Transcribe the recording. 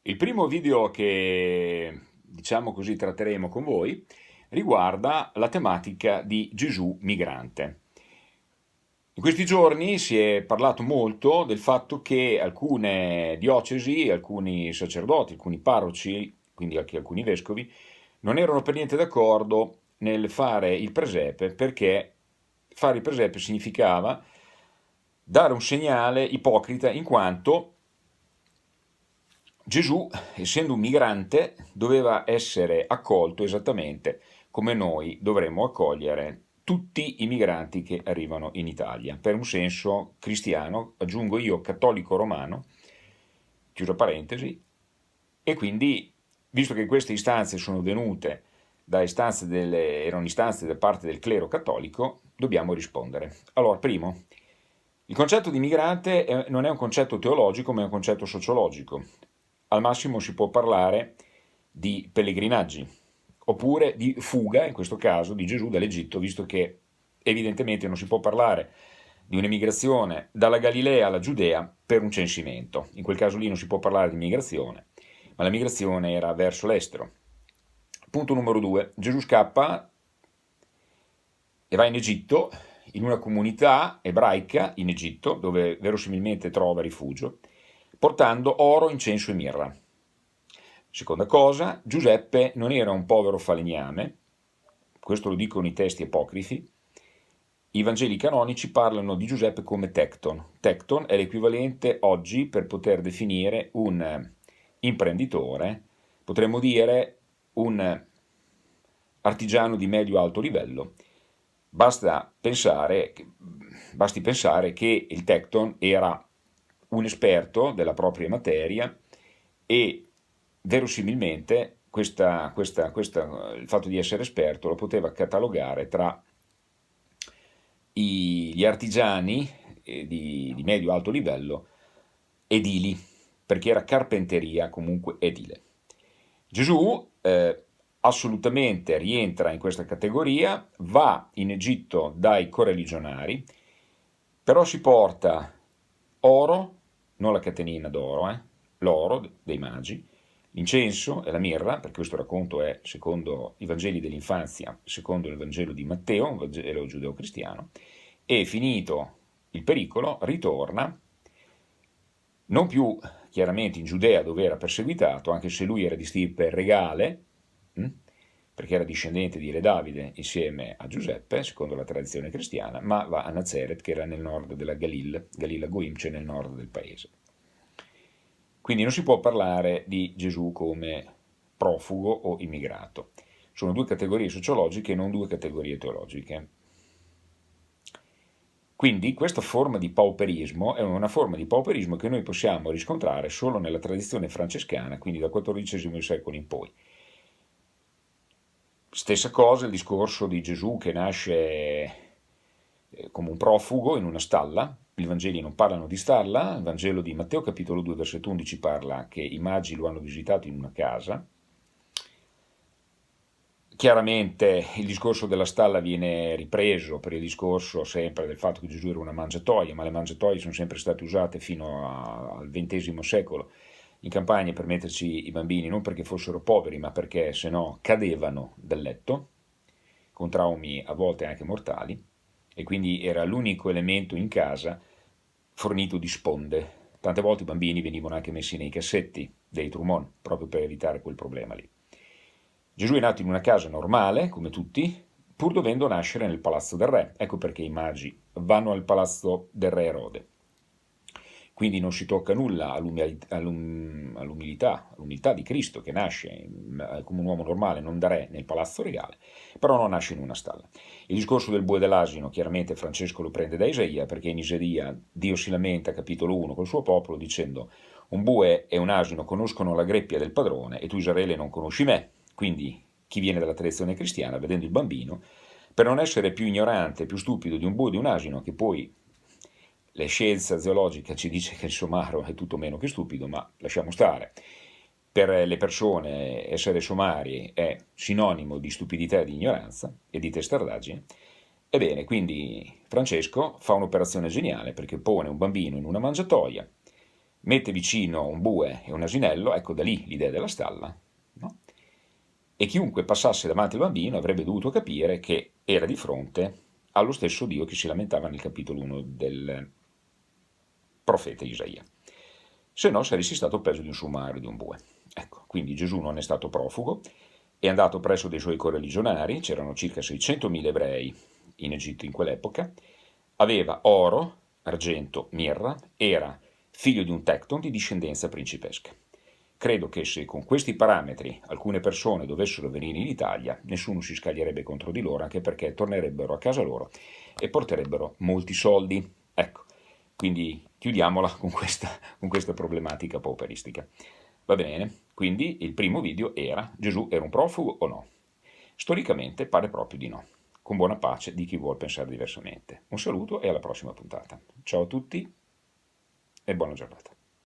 Il primo video che, diciamo così, tratteremo con voi riguarda la tematica di Gesù migrante. In questi giorni si è parlato molto del fatto che alcune diocesi, alcuni sacerdoti, alcuni parroci, quindi anche alcuni vescovi, non erano per niente d'accordo nel fare il presepe, perché fare il presepe significava dare un segnale ipocrita, in quanto Gesù, essendo un migrante, doveva essere accolto esattamente come noi dovremmo accogliere tutti i migranti che arrivano in Italia, per un senso cristiano, aggiungo io cattolico romano, chiusa parentesi, e quindi, visto che queste istanze sono venute erano istanze da parte del clero cattolico, dobbiamo rispondere. Allora, primo, il concetto di migrante non è un concetto teologico, ma è un concetto sociologico. Al massimo si può parlare di pellegrinaggi, oppure di fuga, in questo caso, di Gesù dall'Egitto, visto che evidentemente non si può parlare di un'emigrazione dalla Galilea alla Giudea per un censimento. In quel caso lì non si può parlare di migrazione, ma la migrazione era verso l'estero. Punto numero 2. Gesù scappa e va in Egitto, in una comunità ebraica in Egitto, dove verosimilmente trova rifugio, portando oro, incenso e mirra. Seconda cosa, Giuseppe non era un povero falegname, questo lo dicono i testi apocrifi. I Vangeli canonici parlano di Giuseppe come Tecton. Tecton è l'equivalente oggi per poter definire un imprenditore, potremmo dire un artigiano di medio-alto livello. Basti pensare che il Tecton era un esperto della propria materia e verosimilmente il fatto di essere esperto lo poteva catalogare tra gli artigiani di medio-alto livello edili, perché era carpenteria comunque edile. Gesù assolutamente rientra in questa categoria, va in Egitto dai coreligionari, però si porta oro, non la catenina d'oro, l'oro dei magi, l'incenso e la mirra, perché questo racconto è secondo i Vangeli dell'infanzia, secondo il Vangelo di Matteo, un Vangelo giudeo-cristiano, e finito il pericolo ritorna, non più chiaramente in Giudea dove era perseguitato, anche se lui era di stirpe regale, perché era discendente di Re Davide insieme a Giuseppe, secondo la tradizione cristiana, ma va a Nazareth, che era nel nord della Galilla Goim, cioè nel nord del paese. Quindi non si può parlare di Gesù come profugo o immigrato. Sono due categorie sociologiche, non due categorie teologiche. Quindi questa forma di pauperismo è una forma di pauperismo che noi possiamo riscontrare solo nella tradizione francescana, quindi dal XIV secolo in poi. Stessa cosa il discorso di Gesù che nasce come un profugo in una stalla. I Vangeli non parlano di stalla, il Vangelo di Matteo capitolo 2 versetto 11 parla che i magi lo hanno visitato in una casa. Chiaramente il discorso della stalla viene ripreso per il discorso sempre del fatto che Gesù era una mangiatoia, ma le mangiatoie sono sempre state usate fino al XX secolo in campagna per metterci i bambini, non perché fossero poveri, ma perché se no cadevano dal letto, con traumi a volte anche mortali, e quindi era l'unico elemento in casa fornito di sponde. Tante volte i bambini venivano anche messi nei cassetti dei trumon, proprio per evitare quel problema lì. Gesù è nato in una casa normale, come tutti, pur dovendo nascere nel palazzo del re. Ecco perché i magi vanno al palazzo del re Erode. Quindi non si tocca nulla all'umiltà di Cristo, che nasce come un uomo normale, non da re, nel palazzo regale, però non nasce in una stalla. Il discorso del bue e dell'asino, chiaramente Francesco lo prende da Isaia, perché in Isaia Dio si lamenta, capitolo 1, col suo popolo, dicendo: un bue e un asino conoscono la greppia del padrone e tu Israele non conosci me. Quindi chi viene dalla tradizione cristiana, vedendo il bambino, per non essere più ignorante, più stupido di un bue e di un asino, che poi la scienza zoologica ci dice che il somaro è tutto meno che stupido, ma lasciamo stare. Per le persone essere somari è sinonimo di stupidità e di ignoranza e di testardaggine. Ebbene, quindi Francesco fa un'operazione geniale perché pone un bambino in una mangiatoia, mette vicino un bue e un asinello, ecco da lì l'idea della stalla, no? E chiunque passasse davanti al bambino avrebbe dovuto capire che era di fronte allo stesso Dio che si lamentava nel capitolo 1 del profeta Isaia. Se no saresti stato peso di un sommario di un bue. Ecco, quindi Gesù non è stato profugo, è andato presso dei suoi correligionari, c'erano circa 600.000 ebrei in Egitto in quell'epoca, aveva oro, argento, mirra, era figlio di un tecton di discendenza principesca. Credo che se con questi parametri alcune persone dovessero venire in Italia, nessuno si scaglierebbe contro di loro, anche perché tornerebbero a casa loro e porterebbero molti soldi. Ecco, quindi chiudiamola con questa problematica pauperistica. Va bene? Quindi il primo video era: Gesù era un profugo o no? Storicamente pare proprio di no, con buona pace di chi vuol pensare diversamente. Un saluto e alla prossima puntata. Ciao a tutti e buona giornata.